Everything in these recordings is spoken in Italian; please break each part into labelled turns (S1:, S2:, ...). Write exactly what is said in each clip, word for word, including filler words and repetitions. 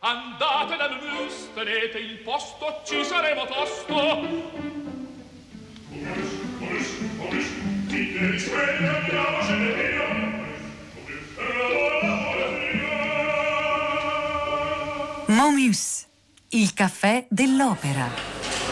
S1: Andate dal Mus, tenete il posto, ci saremo tosto.
S2: Momus, il caffè dell'opera.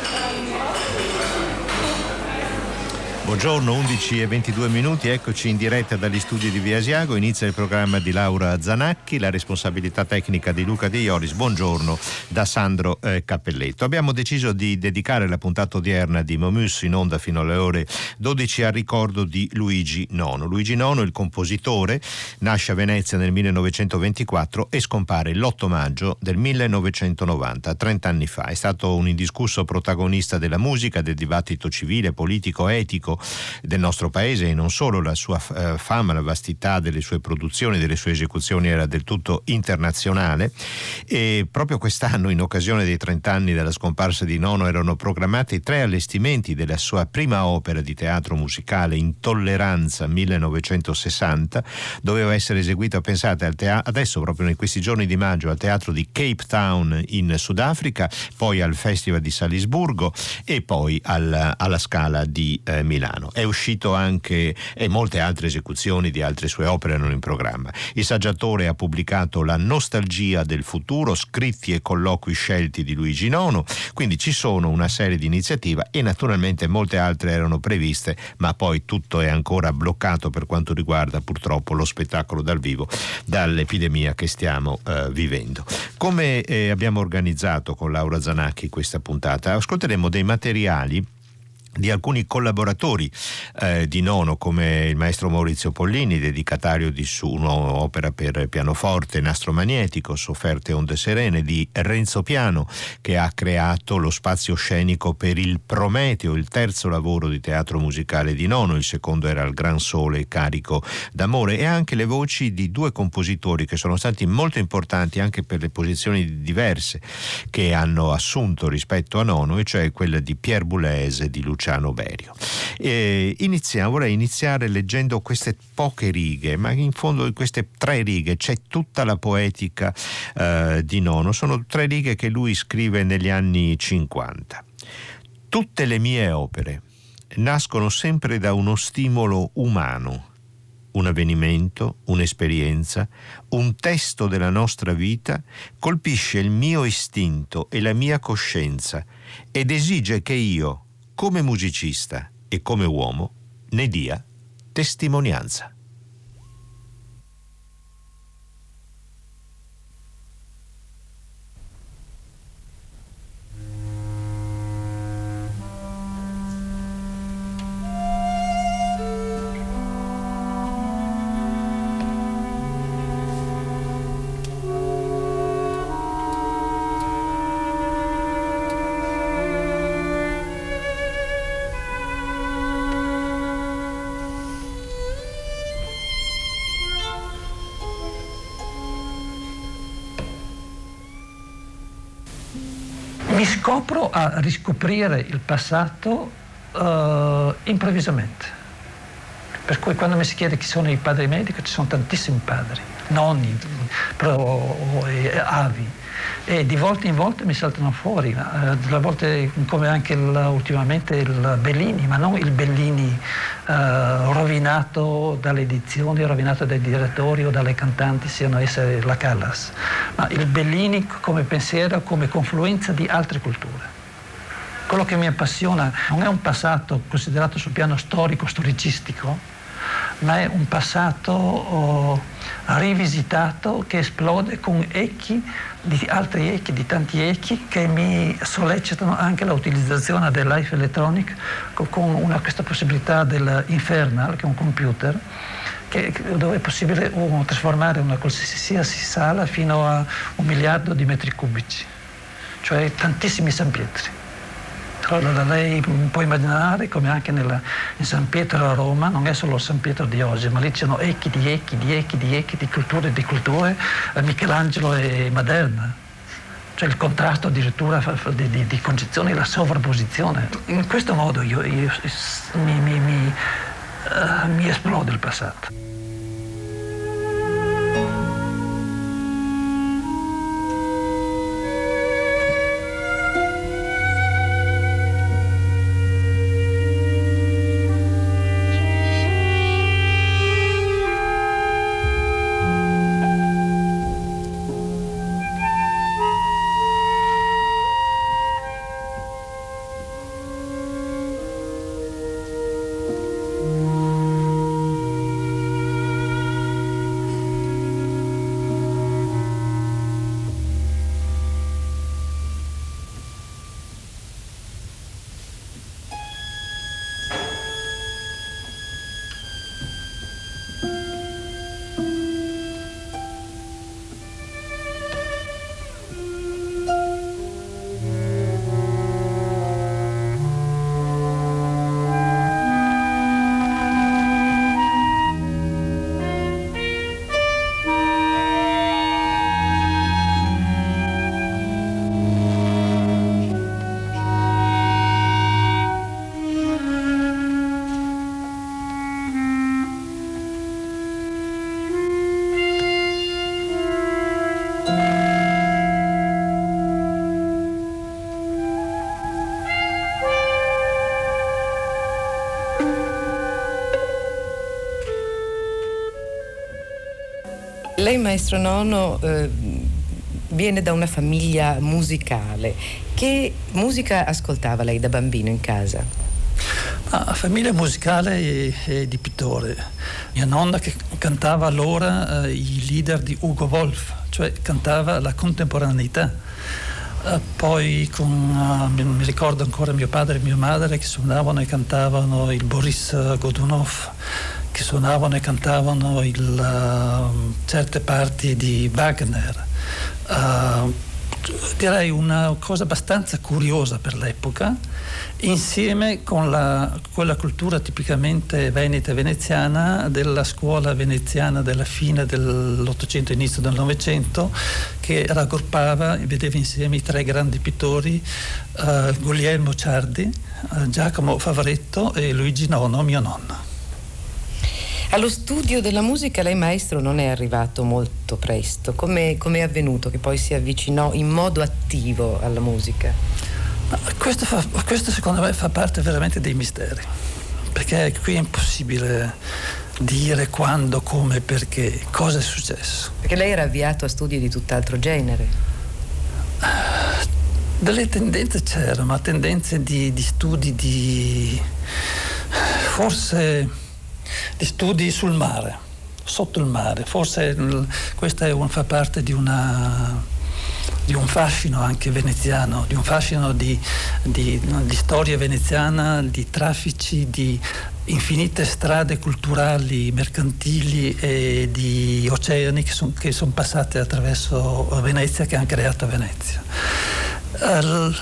S3: Buongiorno, undici e ventidue minuti, eccoci in diretta dagli studi di Via Asiago. Inizia il programma di Laura Zanacchi, la responsabilità tecnica di Luca De Ioris. Buongiorno da Sandro eh, Cappelletto. Abbiamo deciso di dedicare la puntata odierna di Momus in onda fino alle ore dodici al ricordo di Luigi Nono. Luigi Nono, il compositore, nasce a Venezia nel millenovecentoventiquattro e scompare l'otto maggio del millenovecentonovanta, trenta anni fa. È stato un indiscusso protagonista della musica, del dibattito civile, politico, etico del nostro paese e non solo. La sua eh, fama, la vastità delle sue produzioni, delle sue esecuzioni era del tutto internazionale, e proprio quest'anno, in occasione dei trenta anni della scomparsa di Nono, erano programmati tre allestimenti della sua prima opera di teatro musicale, Intolleranza millenovecentosessanta. Doveva essere eseguita, pensate, al teatro, adesso proprio in questi giorni di maggio, al teatro di Cape Town in Sudafrica, poi al Festival di Salisburgo e poi al, alla Scala di eh, Milano. È uscito anche e molte altre esecuzioni di altre sue opere erano in programma. Il saggiatore ha pubblicato La nostalgia del futuro, scritti e colloqui scelti di Luigi Nono, quindi ci sono una serie di iniziative e naturalmente molte altre erano previste, ma poi tutto è ancora bloccato per quanto riguarda purtroppo lo spettacolo dal vivo dall'epidemia che stiamo eh, vivendo. Come eh, abbiamo organizzato con Laura Zanacchi questa puntata? Ascolteremo dei materiali di alcuni collaboratori eh, di Nono, come il maestro Maurizio Pollini, dedicatario di su un'opera per pianoforte nastro magnetico, Sofferte onde serene, di Renzo Piano, che ha creato lo spazio scenico per il Prometeo, il terzo lavoro di teatro musicale di Nono. Il secondo era Il Gran Sole carico d'amore, e anche le voci di due compositori che sono stati molto importanti anche per le posizioni diverse che hanno assunto rispetto a Nono, e cioè quella di Pierre Boulez e di Luciano Luciano Berio. E iniziamo, vorrei iniziare leggendo queste poche righe, ma in fondo in queste tre righe c'è tutta la poetica eh, di Nono. Sono tre righe che lui scrive negli anni cinquanta. Tutte le mie opere nascono sempre da uno stimolo umano, un avvenimento, un'esperienza, un testo della nostra vita colpisce il mio istinto e la mia coscienza ed esige che io, come musicista e come uomo, ne dia testimonianza.
S4: Mi scopro a riscoprire il passato uh, improvvisamente. Per cui quando mi si chiede chi sono i padri medici, ci sono tantissimi padri, nonni, pro, e avi, e di volta in volta mi saltano fuori, uh, delle volte come anche il, ultimamente il Bellini, ma non il Bellini uh, rovinato dalle edizioni, rovinato dai direttori o dalle cantanti, siano esse la Callas, ma il Bellini come pensiero, come confluenza di altre culture. Quello che mi appassiona non è un passato considerato sul piano storico, storicistico, ma è un passato oh, rivisitato che esplode con echi di altri echi, di tanti echi che mi sollecitano anche l'utilizzazione del Life Electronic con una, questa possibilità dell'Infernal, che è un computer che, dove è possibile uh, trasformare una qualsiasi sala fino a un miliardo di metri cubici, cioè tantissimi San Pietri. Allora lei può immaginare come anche nella, in San Pietro a Roma non è solo San Pietro di oggi, ma lì ci sono echi di echi, di echi, di echi, di culture e di culture. Michelangelo è Maderna, cioè il contrasto addirittura di, di, di concezioni, la sovrapposizione. In questo modo io, io mi, mi, mi, uh, mi esplode il passato.
S5: Lei, maestro Nono, eh, viene da una famiglia musicale. Che musica ascoltava lei da bambino in casa?
S4: Ah, famiglia musicale e, e di pittore. Mia nonna che cantava allora eh, i leader di Ugo Wolf, cioè cantava la contemporaneità. Uh, poi con, uh, mi, mi ricordo ancora mio padre e mia madre che suonavano e cantavano il Boris Godunov, che suonavano e cantavano il, uh, certe parti di Wagner. Uh, direi una cosa abbastanza curiosa per l'epoca, insieme con la, quella cultura tipicamente veneta e veneziana della scuola veneziana della fine dell'Ottocento, inizio del Novecento, che raggruppava e vedeva insieme i tre grandi pittori, uh, Guglielmo Ciardi, uh, Giacomo Favaretto e Luigi Nono, mio nonno.
S5: Allo studio della musica lei, maestro, non è arrivato molto presto. Come è avvenuto che poi si avvicinò in modo attivo alla musica?
S4: Questo, fa, questo secondo me fa parte veramente dei misteri, perché qui è impossibile dire quando, come, perché, cosa è successo.
S5: Perché lei era avviato a studi di tutt'altro genere.
S4: Delle tendenze c'erano, ma tendenze di, di studi di... forse... di studi sul mare, sotto il mare. Forse questo è un, fa parte di, una, di un fascino anche veneziano, di un fascino di, di, di storia veneziana, di traffici, di infinite strade culturali, mercantili e di oceani che sono che son passate attraverso Venezia, che hanno creato Venezia. Il,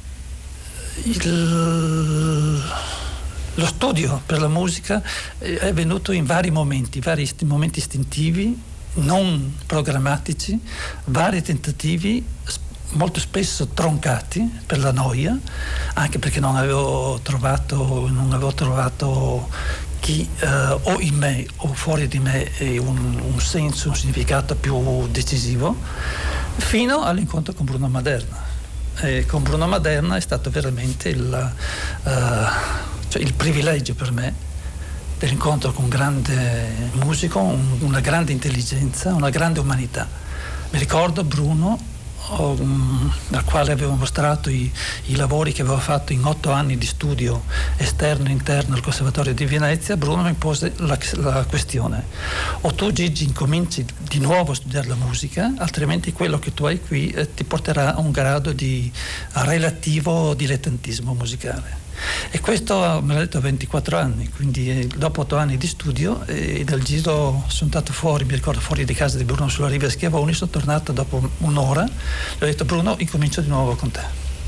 S4: il, Lo studio per la musica è venuto in vari momenti, vari momenti istintivi, non programmatici, vari tentativi, molto spesso troncati per la noia, anche perché non avevo trovato, non avevo trovato chi eh, o in me o fuori di me un, un senso, un significato più decisivo, fino all'incontro con Bruno Maderna. E con Bruno Maderna è stato veramente il... Uh, Cioè il privilegio per me dell'incontro con un grande musico, un, una grande intelligenza, una grande umanità. Mi ricordo Bruno, um, al quale avevo mostrato i, i lavori che avevo fatto in otto anni di studio esterno e interno al Conservatorio di Venezia. Bruno mi pose la, la questione: o tu, Gigi, incominci di nuovo a studiare la musica, altrimenti quello che tu hai qui eh, ti porterà a un grado di relativo dilettantismo musicale. E questo me l'ha detto a ventiquattro anni, quindi dopo otto anni di studio, e dal giro sono andato fuori, mi ricordo fuori di casa di Bruno sulla riva Schiavoni, sono tornato dopo un'ora, gli ho detto: Bruno, incomincio di nuovo con te.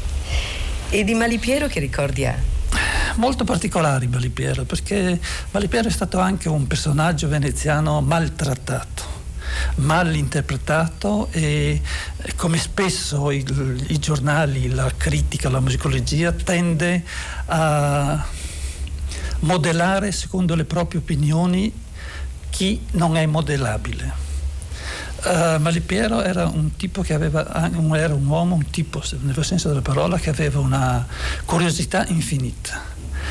S5: E di Malipiero che ricordi ha?
S4: Molto particolari Malipiero, perché Malipiero è stato anche un personaggio veneziano maltrattato, mal interpretato, e come spesso il, i giornali, la critica, la musicologia tende a modellare secondo le proprie opinioni chi non è modellabile. Uh, Malipiero era un tipo che aveva, era un uomo, un tipo nel vero senso della parola, che aveva una curiosità infinita,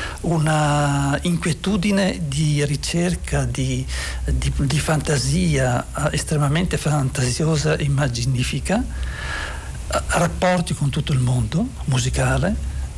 S4: una inquietudine di ricerca, di, di, di fantasia estremamente fantasiosa e immaginifica, rapporti con tutto il mondo musicale,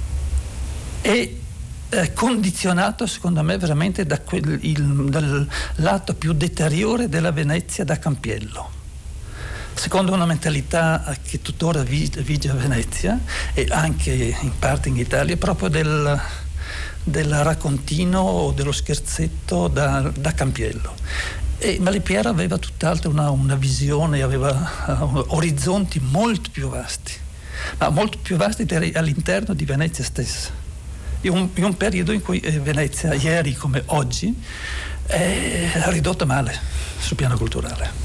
S4: e eh, condizionato secondo me veramente da quel, il, dal lato più deteriore della Venezia da Campiello, secondo una mentalità che tuttora vige a Venezia e anche in parte in Italia, proprio del del raccontino o dello scherzetto da, da Campiello. E Malipiero aveva tutt'altro una, una visione, aveva uh, orizzonti molto più vasti, ma molto più vasti all'interno di Venezia stessa, in un, in un periodo in cui eh, Venezia, ieri come oggi, è ridotta male sul piano culturale.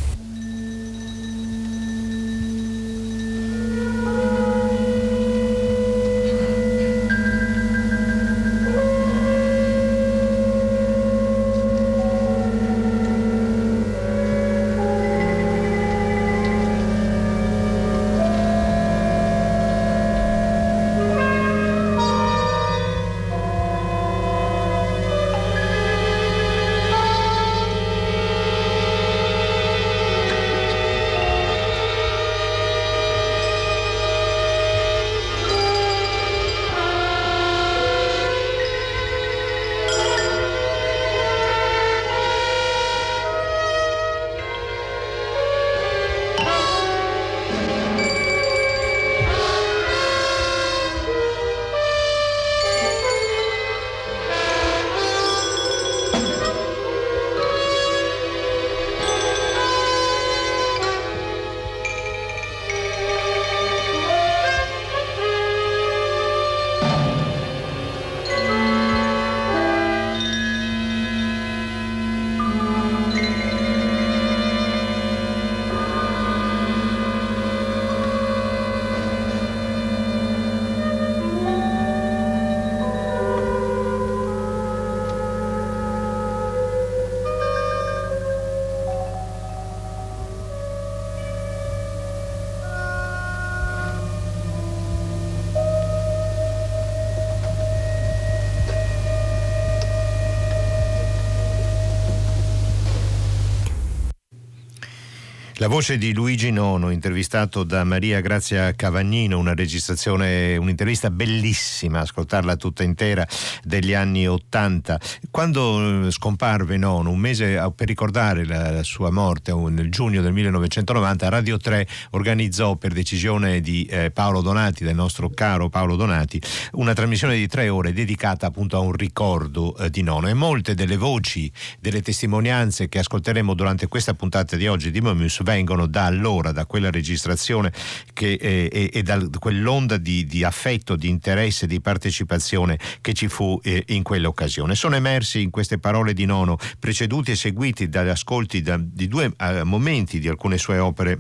S3: La voce di Luigi Nono, intervistato da Maria Grazia Cavagnino, una registrazione, un'intervista bellissima, ascoltarla tutta intera, degli anni Ottanta. Quando scomparve Nono, un mese per ricordare la, la sua morte, nel giugno del millenovecentonovanta, Radio tre organizzò, per decisione di eh, Paolo Donati, del nostro caro Paolo Donati, una trasmissione di tre ore dedicata appunto a un ricordo eh, di Nono, e molte delle voci, delle testimonianze che ascolteremo durante questa puntata di oggi di Momus vengono da allora, da quella registrazione che, eh, e, e da quell'onda di, di affetto, di interesse, di partecipazione che ci fu eh, in quell'occasione. Sono emersi in queste parole di Nono, preceduti e seguiti dagli ascolti da, di due eh, momenti di alcune sue opere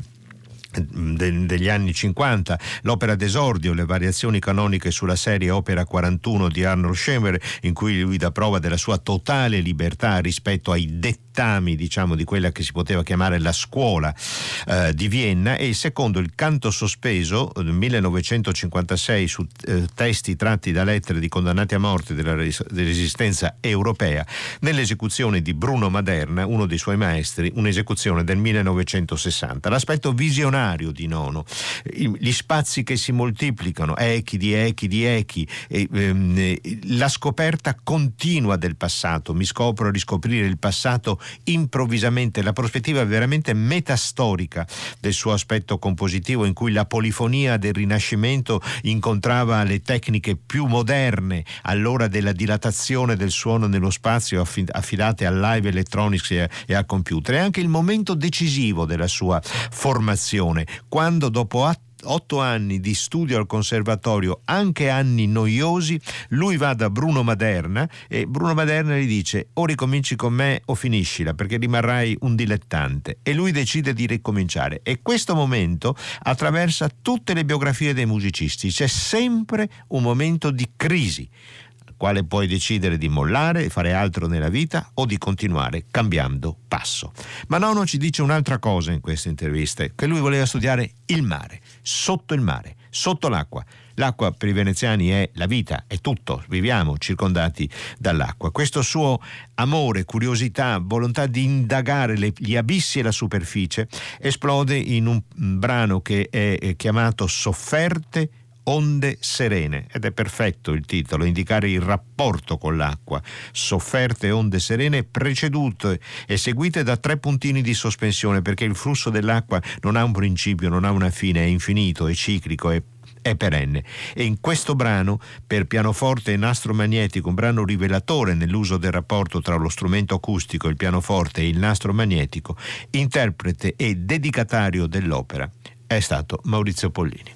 S3: degli anni cinquanta, l'opera d'esordio, le variazioni canoniche sulla serie Opera quarantuno di Arnold Schoenberg, in cui lui dà prova della sua totale libertà rispetto ai dettami, diciamo, di quella che si poteva chiamare la scuola eh, di Vienna, e il secondo, il canto sospeso del millenovecentocinquantasei su eh, testi tratti da lettere di condannati a morte della res- resistenza europea, nell'esecuzione di Bruno Maderna, uno dei suoi maestri, un'esecuzione del millenovecentosessanta. L'aspetto visionario di Nono, gli spazi che si moltiplicano, echi di echi di echi, e, ehm, la scoperta continua del passato, mi scopro a riscoprire il passato improvvisamente, la prospettiva veramente metastorica del suo aspetto compositivo, in cui la polifonia del Rinascimento incontrava le tecniche più moderne all'ora della dilatazione del suono nello spazio, affidate al live electronics e, e al computer. È anche il momento decisivo della sua formazione, quando dopo otto anni di studio al conservatorio, anche anni noiosi, lui va da Bruno Maderna e Bruno Maderna gli dice: o ricominci con me o finiscila, perché rimarrai un dilettante. E lui decide di ricominciare, e questo momento attraversa tutte le biografie dei musicisti. C'è sempre un momento di crisi, quale puoi decidere di mollare e fare altro nella vita o di continuare cambiando passo. Ma Nono ci dice un'altra cosa in queste interviste, che lui voleva studiare il mare, sotto il mare, sotto l'acqua. L'acqua per i veneziani è la vita, è tutto, viviamo circondati dall'acqua. Questo suo amore, curiosità, volontà di indagare le, gli abissi e la superficie esplode in un brano che è chiamato Sofferte Onde serene, ed è perfetto il titolo, indicare il rapporto con l'acqua. Sofferte onde serene, precedute e seguite da tre puntini di sospensione, perché il flusso dell'acqua non ha un principio, non ha una fine, è infinito, è ciclico, è è perenne. E in questo brano, per pianoforte e nastro magnetico, un brano rivelatore nell'uso del rapporto tra lo strumento acustico, il pianoforte e il nastro magnetico, interprete e dedicatario dell'opera è stato Maurizio Pollini.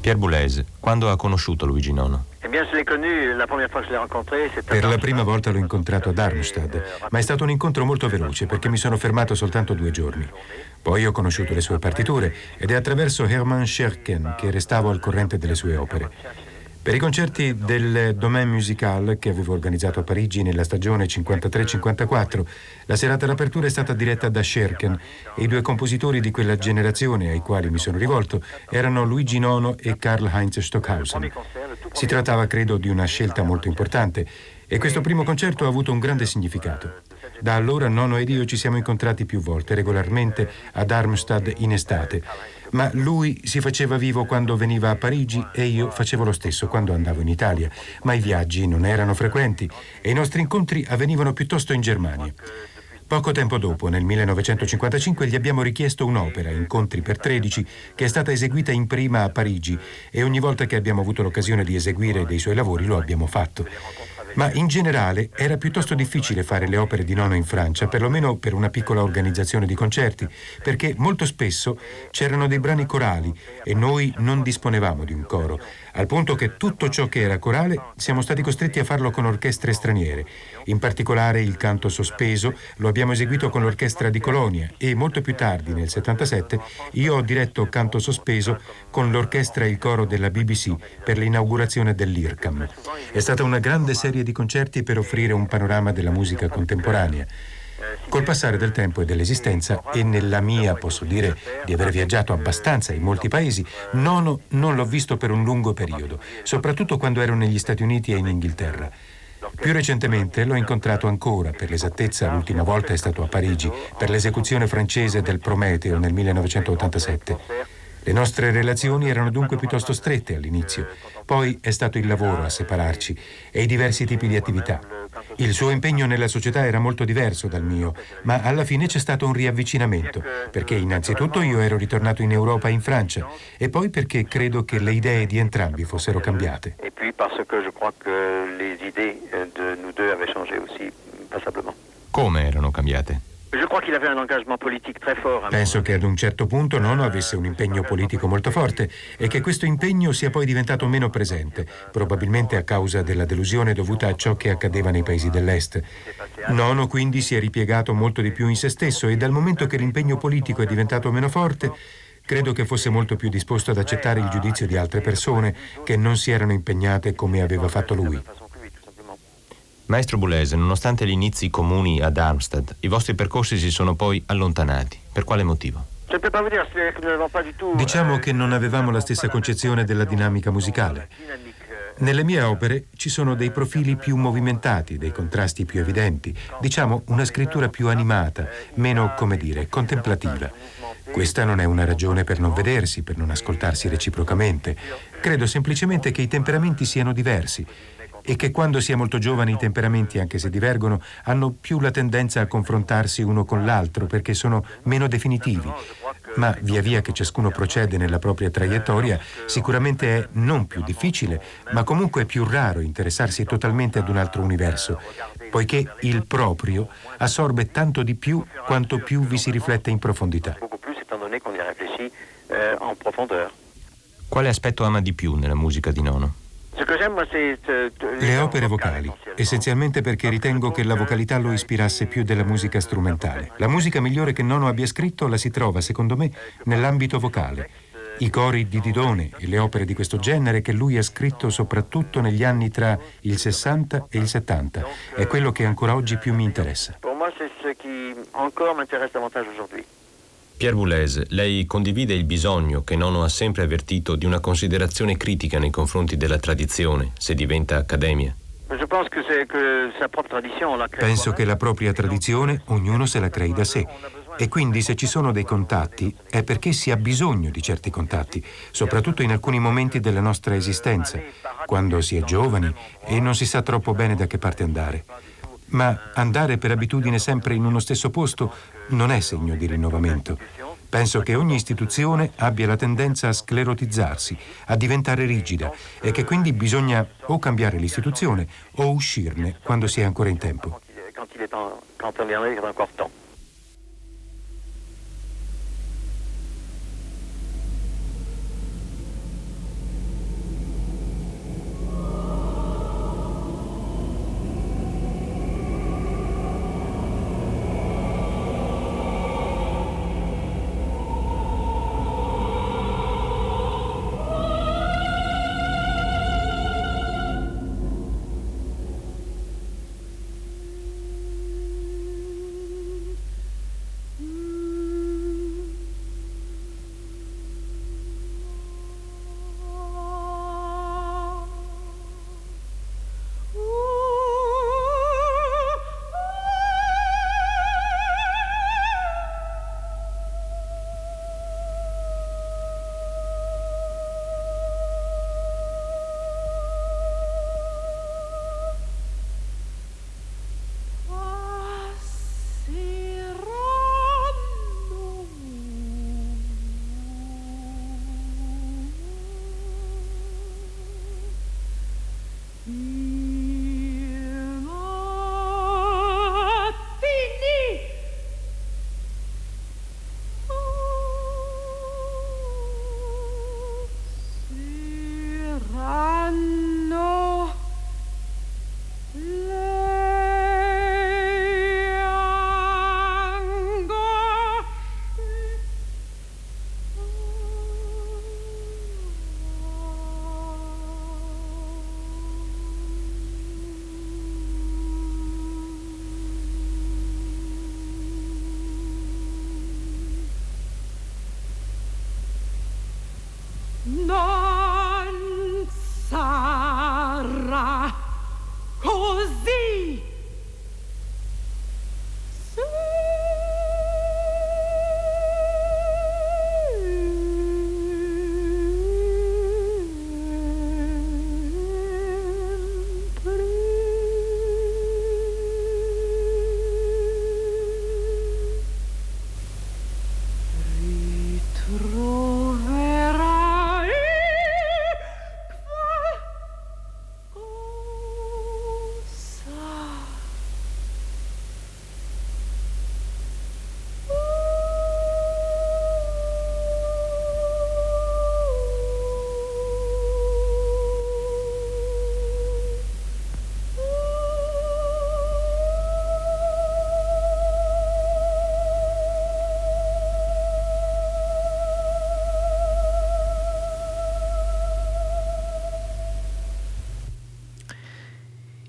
S6: Pierre Boulez, quando ha conosciuto Luigi Nono?
S7: Per la prima volta l'ho incontrato a Darmstadt, ma è stato un incontro molto veloce perché mi sono fermato soltanto due giorni. Poi ho conosciuto le sue partiture ed è attraverso Hermann Scherchen che restavo al corrente delle sue opere. Per i concerti del Domaine Musical che avevo organizzato a Parigi nella stagione cinquantatré cinquantaquattro, la serata d'apertura è stata diretta da Scherchen e i due compositori di quella generazione ai quali mi sono rivolto erano Luigi Nono e Karl-Heinz Stockhausen. Si trattava, credo, di una scelta molto importante e questo primo concerto ha avuto un grande significato. Da allora Nono ed io ci siamo incontrati più volte, regolarmente a Darmstadt in estate, ma lui si faceva vivo quando veniva a Parigi e io facevo lo stesso quando andavo in Italia, ma i viaggi non erano frequenti e i nostri incontri avvenivano piuttosto in Germania. Poco tempo dopo, nel millenovecentocinquantacinque, gli abbiamo richiesto un'opera, Incontri per tredici, che è stata eseguita in prima a Parigi e ogni volta che abbiamo avuto l'occasione di eseguire dei suoi lavori lo abbiamo fatto. Ma in generale era piuttosto difficile fare le opere di Nono in Francia, perlomeno per una piccola organizzazione di concerti, perché molto spesso c'erano dei brani corali e noi non disponevamo di un coro, al punto che tutto ciò che era corale siamo stati costretti a farlo con orchestre straniere. In particolare il canto sospeso lo abbiamo eseguito con l'orchestra di Colonia e molto più tardi, nel settantasette, io ho diretto canto sospeso con l'orchestra e il coro della B B C per l'inaugurazione dell'I R C A M. È stata una grande serie di concerti per offrire un panorama della musica contemporanea. Col passare del tempo e dell'esistenza, e nella mia posso dire di aver viaggiato abbastanza in molti paesi, Nono non l'ho visto per un lungo periodo, soprattutto quando ero negli Stati Uniti e in Inghilterra. Più recentemente l'ho incontrato ancora, per l'esattezza l'ultima volta è stato a Parigi, per l'esecuzione francese del Prometeo nel millenovecentottantasette. Le nostre relazioni erano dunque piuttosto strette all'inizio, poi è stato il lavoro a separarci e i diversi tipi di attività. Il suo impegno nella società era molto diverso dal mio, ma alla fine c'è stato un riavvicinamento, perché innanzitutto io ero ritornato in Europa e in Francia, e poi perché credo che le idee di entrambi fossero cambiate.
S8: E poi perché je crois que les idées de nous deux avaient changé aussi passablement.
S6: Come erano cambiate?
S7: Penso che ad un certo punto Nono avesse un impegno politico molto forte e che questo impegno sia poi diventato meno presente, probabilmente a causa della delusione dovuta a ciò che accadeva nei paesi dell'Est. Nono quindi si è ripiegato molto di più in se stesso e dal momento che l'impegno politico è diventato meno forte, credo che fosse molto più disposto ad accettare il giudizio di altre persone che non si erano impegnate come aveva fatto lui.
S6: Maestro Boulez, nonostante gli inizi comuni a Darmstadt, i vostri percorsi si sono poi allontanati. Per quale motivo?
S7: Diciamo che non avevamo la stessa concezione della dinamica musicale. Nelle mie opere ci sono dei profili più movimentati, dei contrasti più evidenti, diciamo una scrittura più animata, meno, come dire, contemplativa. Questa non è una ragione per non vedersi, per non ascoltarsi reciprocamente. Credo semplicemente che i temperamenti siano diversi e che quando si è molto giovani i temperamenti, anche se divergono, hanno più la tendenza a confrontarsi uno con l'altro perché sono meno definitivi. Ma via via che ciascuno procede nella propria traiettoria, sicuramente è non più difficile, ma comunque è più raro interessarsi totalmente ad un altro universo, poiché il proprio assorbe tanto di più quanto più vi si riflette in profondità.
S6: Quale aspetto ama di più nella musica di Nono?
S7: Le opere vocali, essenzialmente perché ritengo che la vocalità lo ispirasse più della musica strumentale. La musica migliore che Nono abbia scritto la si trova, secondo me, nell'ambito vocale. I cori di Didone e le opere di questo genere che lui ha scritto soprattutto negli anni tra il sessanta e il settanta. È quello che ancora oggi più mi interessa.
S6: Pierre Boulez, lei condivide il bisogno che Nono ha sempre avvertito di una considerazione critica nei confronti della tradizione, se diventa accademia?
S7: Penso che la propria tradizione ognuno se la crei da sé e quindi se ci sono dei contatti è perché si ha bisogno di certi contatti, soprattutto in alcuni momenti della nostra esistenza, quando si è giovani e non si sa troppo bene da che parte andare. Ma andare per abitudine sempre in uno stesso posto non è segno di rinnovamento. Penso che ogni istituzione abbia la tendenza a sclerotizzarsi, a diventare rigida e che quindi bisogna o cambiare l'istituzione o uscirne quando si è ancora in tempo.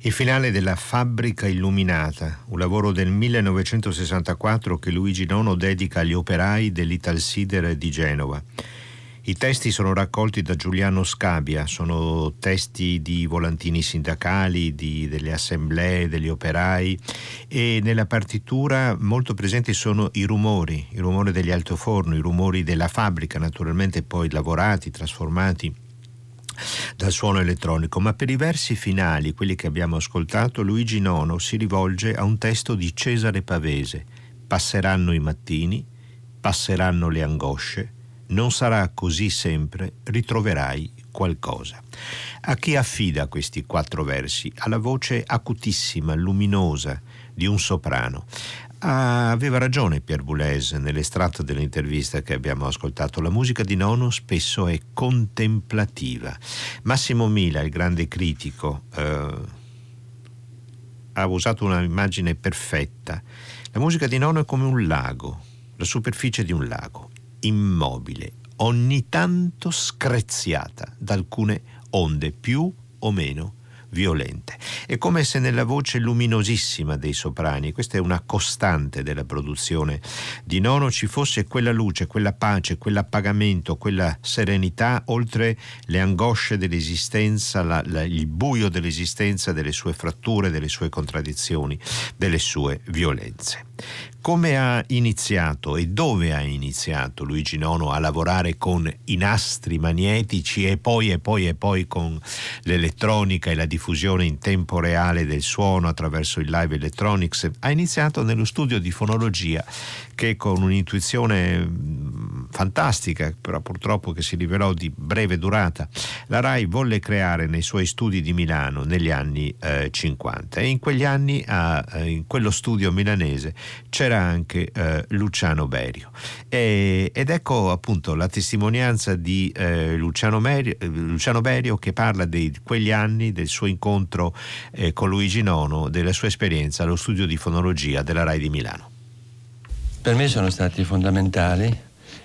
S3: Il finale della Fabbrica illuminata, un lavoro del millenovecentosessantaquattro che Luigi Nono dedica agli operai dell'Italsider di Genova. I testi sono raccolti da Giuliano Scabia, sono testi di volantini sindacali, di, delle assemblee, degli operai, e nella partitura molto presenti sono i rumori, i rumori degli altoforno, i rumori della fabbrica, naturalmente poi lavorati, trasformati dal suono elettronico, ma per i versi finali, quelli che abbiamo ascoltato, Luigi Nono si rivolge a un testo di Cesare Pavese: passeranno i mattini, passeranno le angosce, non sarà così sempre, ritroverai qualcosa. A chi affida questi quattro versi? Alla voce acutissima, luminosa di un soprano. Ah, aveva ragione Pierre Boulez nell'estratto dell'intervista che abbiamo ascoltato. La musica di Nono spesso è contemplativa. Massimo Mila, il grande critico, eh, ha usato un'immagine perfetta. La musica di Nono è come un lago, la superficie di un lago, immobile, ogni tanto screziata da alcune onde più o meno violente. È come se nella voce luminosissima dei soprani, questa è una costante della produzione di Nono, ci fosse quella luce, quella pace, quell'appagamento, quella serenità oltre le angosce dell'esistenza, la, la, il buio dell'esistenza, delle sue fratture, delle sue contraddizioni, delle sue violenze. Come ha iniziato e dove ha iniziato Luigi Nono a lavorare con i nastri magnetici e poi e poi e poi con l'elettronica e la diffusione in tempo reale del suono attraverso il live electronics? Ha iniziato nello studio di fonologia che, con un'intuizione fantastica, però purtroppo che si rivelò di breve durata, la RAI volle creare nei suoi studi di Milano negli anni eh, cinquanta, e in quegli anni a, eh, in quello studio milanese c'era anche eh, Luciano Berio, e, ed ecco appunto la testimonianza di eh, Luciano, Berio, Luciano Berio che parla di quegli anni, del suo incontro eh, con Luigi Nono, della sua esperienza allo studio di fonologia della RAI di Milano.
S9: Per me sono stati fondamentali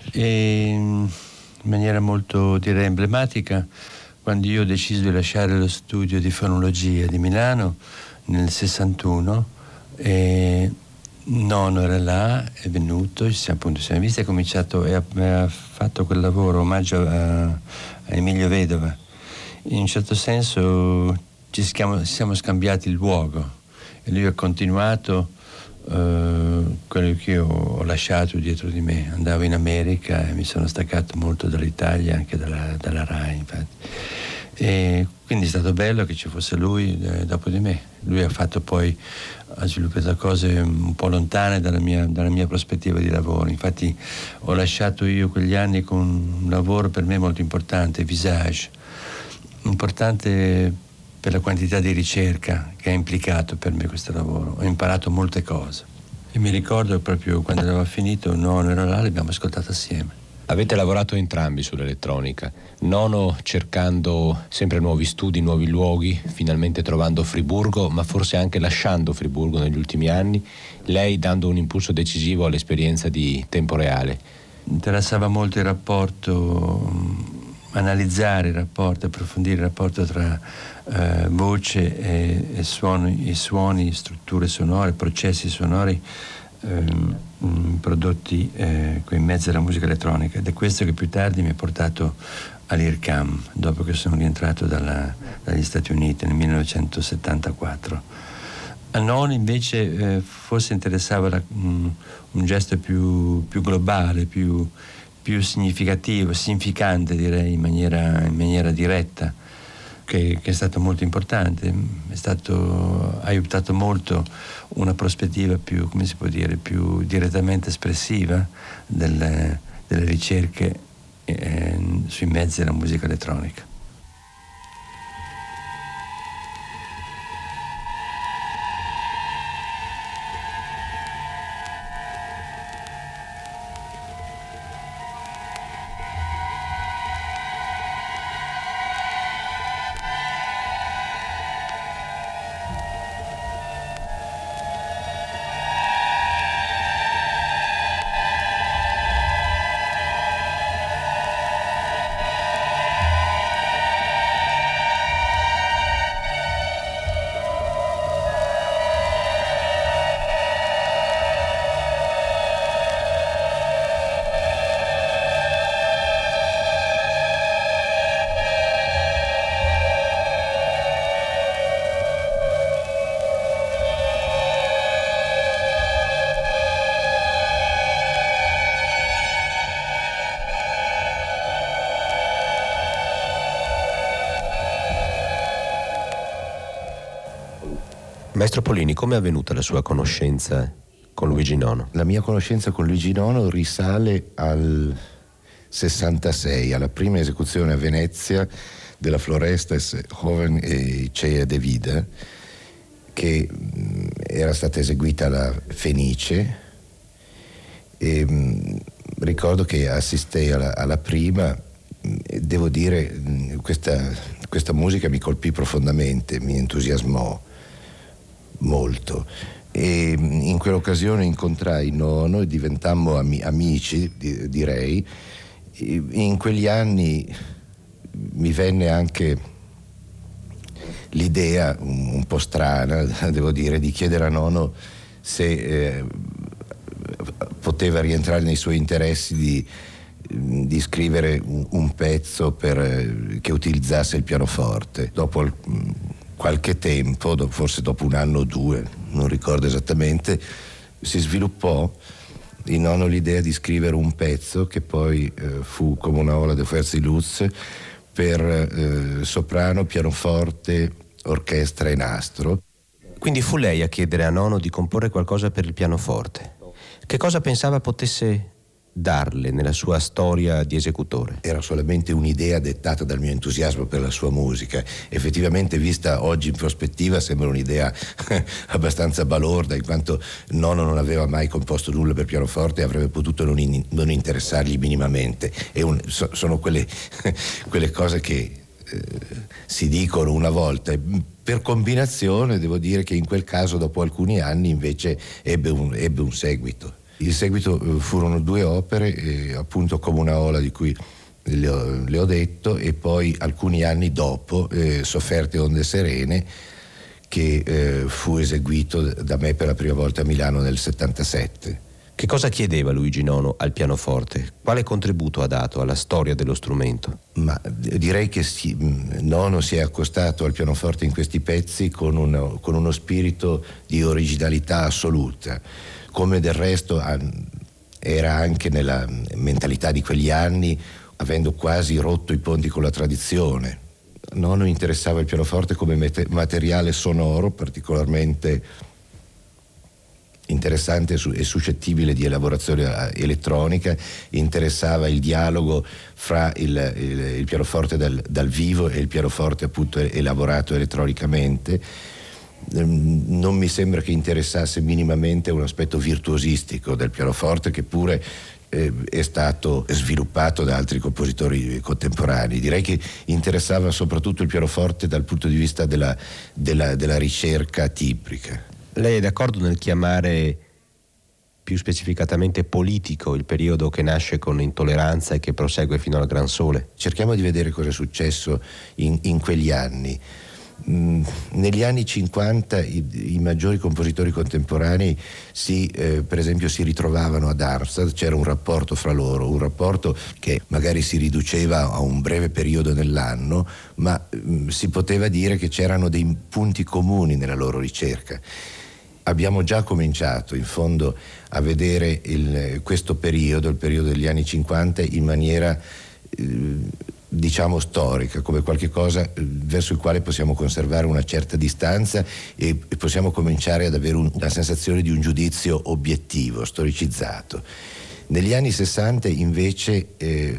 S9: e in maniera molto, direi, emblematica quando io ho deciso di lasciare lo studio di fonologia di Milano nel sessantuno, e Nono era là, è venuto, ci siamo, appunto, siamo visti, ha cominciato e ha, ha fatto quel lavoro, omaggio a, a Emilio Vedova. In un certo senso ci siamo, siamo scambiati il luogo e lui ha continuato Uh, quello che io ho lasciato dietro di me. Andavo in America e mi sono staccato molto dall'Italia, anche dalla, dalla RAI, infatti. E quindi è stato bello che ci fosse lui eh, dopo di me. Lui ha fatto poi, ha sviluppato cose un po' lontane dalla mia, dalla mia prospettiva di lavoro. Infatti ho lasciato io quegli anni con un lavoro per me molto importante, Visage, importante per la quantità di ricerca che ha implicato per me questo lavoro. Ho imparato molte cose e mi ricordo proprio quando aveva finito, Nono era là, l'abbiamo ascoltato assieme.
S6: Avete lavorato entrambi sull'elettronica, Nono cercando sempre nuovi studi, nuovi luoghi, finalmente trovando Friburgo, ma forse anche lasciando Friburgo negli ultimi anni, lei dando un impulso decisivo all'esperienza di tempo reale.
S9: Mi interessava molto il rapporto, analizzare il rapporto, approfondire il rapporto tra eh, voce e, e suoni, e suoni, strutture sonore, processi sonori ehm, prodotti eh, con in mezzo alla musica elettronica, ed è questo che più tardi mi ha portato all'I R C A M dopo che sono rientrato dalla, dagli Stati Uniti nel millenovecentosettantaquattro. A Nono invece eh, forse interessava la, um, un gesto più, più globale, più più significativo, significante, direi, in maniera, in maniera diretta, che, che è stato molto importante. È stato, ha aiutato molto una prospettiva più, come si può dire, più direttamente espressiva delle, delle ricerche eh, sui mezzi della musica elettronica.
S6: Maestro Pollini, come è avvenuta la sua conoscenza con Luigi Nono?
S10: La mia conoscenza con Luigi Nono risale al sessantasei, alla prima esecuzione a Venezia della Florestes Joven e Ceia de Vida, che era stata eseguita alla Fenice, e mh, ricordo che assistei alla, alla prima. Devo dire, questa, questa musica mi colpì profondamente, mi entusiasmò molto, e in quell'occasione incontrai Nono e diventammo ami, amici, di, direi. In quegli anni mi venne anche l'idea un, un po' strana, devo dire, di chiedere a Nono se eh, poteva rientrare nei suoi interessi di di scrivere un, un pezzo per, eh, che utilizzasse il pianoforte. Dopo il, qualche tempo, do, forse dopo un anno o due, non ricordo esattamente, si sviluppò in Nono l'idea di scrivere un pezzo che poi eh, fu come una ola de Fuerzi Luz per eh, soprano, pianoforte, orchestra e nastro.
S6: Quindi fu lei a chiedere a Nono di comporre qualcosa per il pianoforte. Che cosa pensava potesse darle nella sua storia di esecutore?
S10: Era solamente un'idea dettata dal mio entusiasmo per la sua musica. Effettivamente, vista oggi in prospettiva, sembra un'idea abbastanza balorda, in quanto Nono non aveva mai composto nulla per pianoforte e avrebbe potuto non, in, non interessargli minimamente. E un, so, sono quelle, quelle cose che eh, si dicono una volta. Per combinazione devo dire che in quel caso, dopo alcuni anni, invece ebbe un, ebbe un seguito. Il seguito furono due opere, eh, appunto Come una ola, di cui le ho, le ho detto, e poi alcuni anni dopo eh, Sofferte onde serene, che eh, fu eseguito da me per la prima volta a Milano nel settantasette.
S6: Che cosa chiedeva Luigi Nono al pianoforte? Quale contributo ha dato alla storia dello strumento?
S10: Ma direi che si, Nono si è accostato al pianoforte in questi pezzi con uno, con uno spirito di originalità assoluta, come del resto era anche nella mentalità di quegli anni, avendo quasi rotto i ponti con la tradizione. Nono interessava il pianoforte come materiale sonoro particolarmente interessante e suscettibile di elaborazione elettronica. Interessava il dialogo fra il, il, il pianoforte dal, dal vivo e il pianoforte appunto elaborato elettronicamente. Non mi sembra che interessasse minimamente un aspetto virtuosistico del pianoforte, che pure eh, è stato sviluppato da altri compositori contemporanei. Direi che interessava soprattutto il pianoforte dal punto di vista della, della, della ricerca tibrica.
S6: Lei è d'accordo nel chiamare più specificatamente politico il periodo che nasce con Intolleranza e che prosegue fino al Gran Sole?
S10: Cerchiamo di vedere cosa è successo in, in quegli anni. Mm, negli anni cinquanta i, i maggiori compositori contemporanei si, eh, per esempio si ritrovavano ad Darmstadt, c'era un rapporto fra loro, un rapporto che magari si riduceva a un breve periodo nell'anno, ma mm, si poteva dire che c'erano dei punti comuni nella loro ricerca. Abbiamo già cominciato in fondo a vedere il, questo periodo, il periodo degli anni cinquanta, in maniera eh, diciamo storica, come qualche cosa verso il quale possiamo conservare una certa distanza e possiamo cominciare ad avere un, una sensazione di un giudizio obiettivo, storicizzato. Negli anni sessanta invece eh,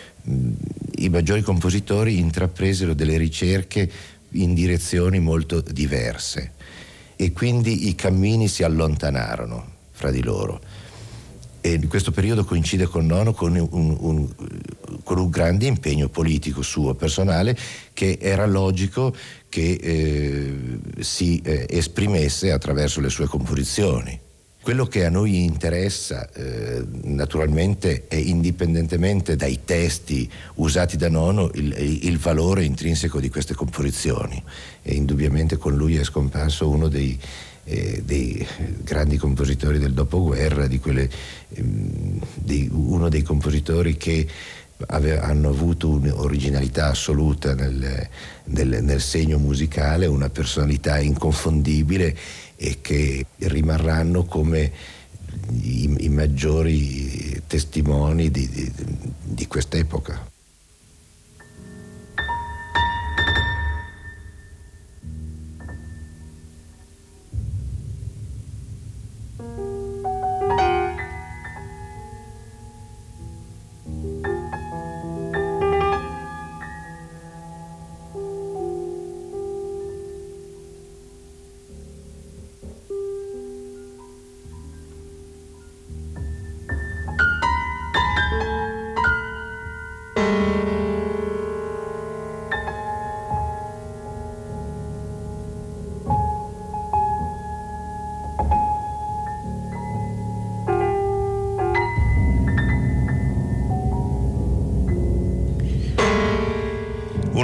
S10: i maggiori compositori intrapresero delle ricerche in direzioni molto diverse e quindi i cammini si allontanarono fra di loro. E in questo periodo coincide con Nono con un, un, con un grande impegno politico suo, personale, che era logico che eh, si eh, esprimesse attraverso le sue composizioni. Quello che a noi interessa eh, naturalmente è, indipendentemente dai testi usati da Nono, il, il valore intrinseco di queste composizioni. E indubbiamente con lui è scomparso uno dei Eh, dei grandi compositori del dopoguerra, di quelle, ehm, di uno dei compositori che ave, hanno avuto un'originalità assoluta nel, nel, nel segno musicale, una personalità inconfondibile e che rimarranno come i, i maggiori testimoni di, di, di quest'epoca.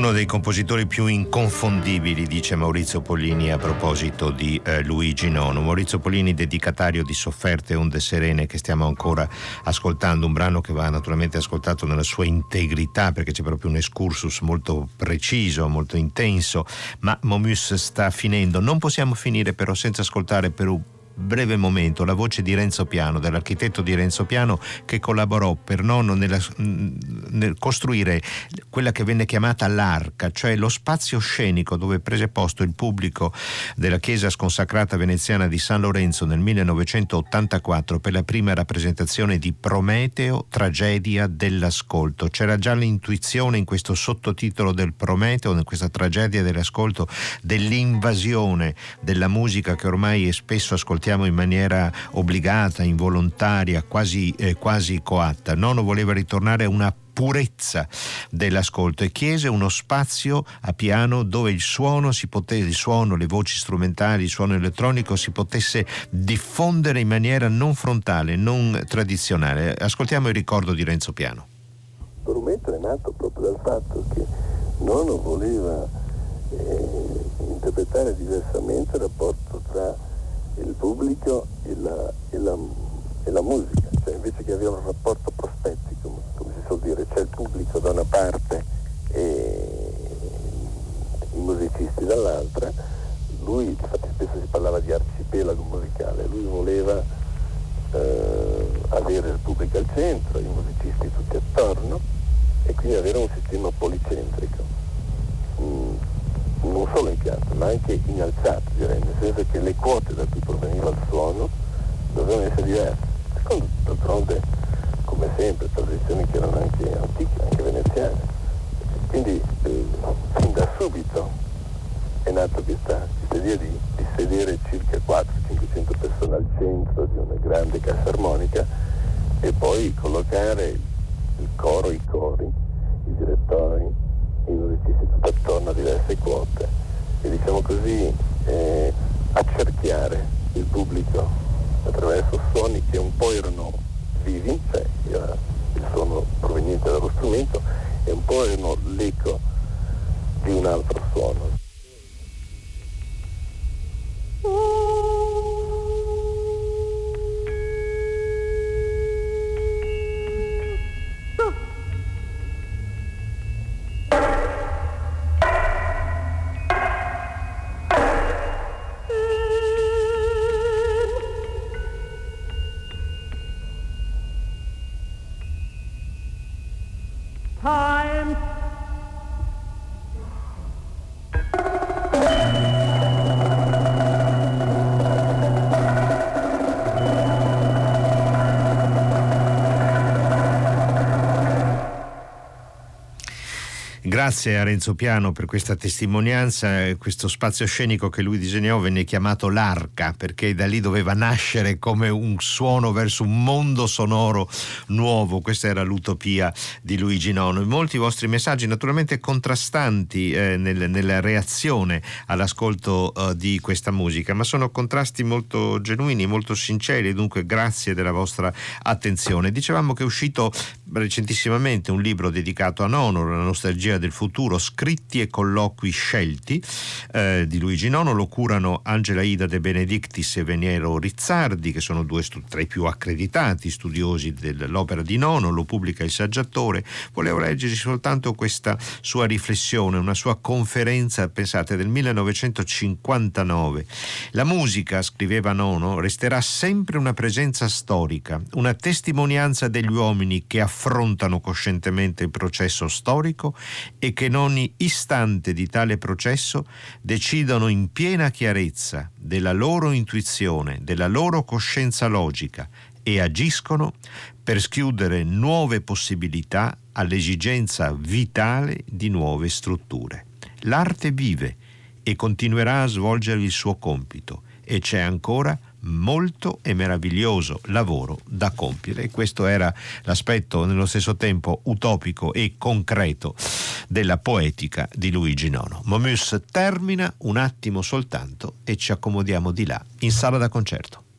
S3: Uno dei compositori più inconfondibili, dice Maurizio Pollini a proposito di eh, Luigi nono. Maurizio Pollini, dedicatario di Sofferte e Onde Serene, che stiamo ancora ascoltando, un brano che va naturalmente ascoltato nella sua integrità, perché c'è proprio un excursus molto preciso, molto intenso, ma Momus sta finendo. Non possiamo finire però senza ascoltare per un breve momento la voce di Renzo Piano, dell'architetto di Renzo Piano, che collaborò per Nono nella, nel costruire quella che venne chiamata l'arca, cioè lo spazio scenico dove prese posto il pubblico della chiesa sconsacrata veneziana di San Lorenzo nel millenovecentottantaquattro per la prima rappresentazione di Prometeo, tragedia dell'ascolto. C'era già l'intuizione in questo sottotitolo del Prometeo, in questa tragedia dell'ascolto, dell'invasione della musica che ormai è spesso ascoltata in maniera obbligata, involontaria, quasi, eh, quasi coatta. Nono voleva ritornare a una purezza dell'ascolto e chiese uno spazio a piano dove il suono si potesse, il suono, le voci strumentali, il suono elettronico si potesse diffondere in maniera non frontale, non tradizionale. Ascoltiamo il ricordo di Renzo Piano.
S11: Prometeo è nato proprio dal fatto che Nono voleva eh, interpretare diversamente il rapporto tra il pubblico e la, e, la, e la musica, cioè invece che avere un rapporto prospettico, come si suol dire, c'è il pubblico da una parte e i musicisti dall'altra. Lui, infatti spesso si parlava di arcipelago musicale, lui voleva eh, avere il pubblico al centro, i musicisti tutti attorno e quindi avere un sistema policentrico. Mm. Non solo in piazza, ma anche in alzato, direi, nel senso che le quote da cui proveniva il suono dovevano essere diverse. Secondo, d'altronde, come sempre, tradizioni che erano anche antiche, anche veneziane. Quindi, eh, fin da subito è nata questa, questa idea di, di sedere circa quattrocento cinquecento persone al centro di una grande cassa armonica e poi collocare il coro, i cori, i direttori, i musicisti tutto attorno a diverse quote e diciamo così eh, accerchiare il pubblico attraverso suoni che un po' erano vivi, cioè era il suono proveniente dallo strumento, e un po' erano l'eco di un altro suono.
S3: Grazie a Renzo Piano per questa testimonianza. Questo spazio scenico che lui disegnò venne chiamato l'arca perché da lì doveva nascere come un suono verso un mondo sonoro nuovo. Questa era l'utopia di Luigi nono. Molti vostri messaggi naturalmente contrastanti eh, nel, nella reazione all'ascolto eh, di questa musica, ma sono contrasti molto genuini, molto sinceri, e dunque grazie della vostra attenzione. Dicevamo che è uscito recentissimamente un libro dedicato a Nono, la nostalgia del futuro, scritti e colloqui scelti eh, di Luigi nono. Lo curano Angela Ida De Benedictis e Veniero Rizzardi, che sono due stu- tra i più accreditati studiosi dell'opera di Nono. Lo pubblica Il Saggiatore. Volevo leggervi soltanto questa sua riflessione, una sua conferenza, pensate, del millenovecentocinquantanove. La musica, scriveva Nono, resterà sempre una presenza storica, una testimonianza degli uomini che affrontano coscientemente il processo storico e che in ogni istante di tale processo decidono in piena chiarezza della loro intuizione, della loro coscienza logica e agiscono per schiudere nuove possibilità all'esigenza vitale di nuove strutture. L'arte vive e continuerà a svolgere il suo compito e c'è ancora molto e meraviglioso lavoro da compiere. E questo era l'aspetto nello stesso tempo utopico e concreto della poetica di Luigi nono. Momus termina un attimo soltanto e ci accomodiamo di là in sala da concerto.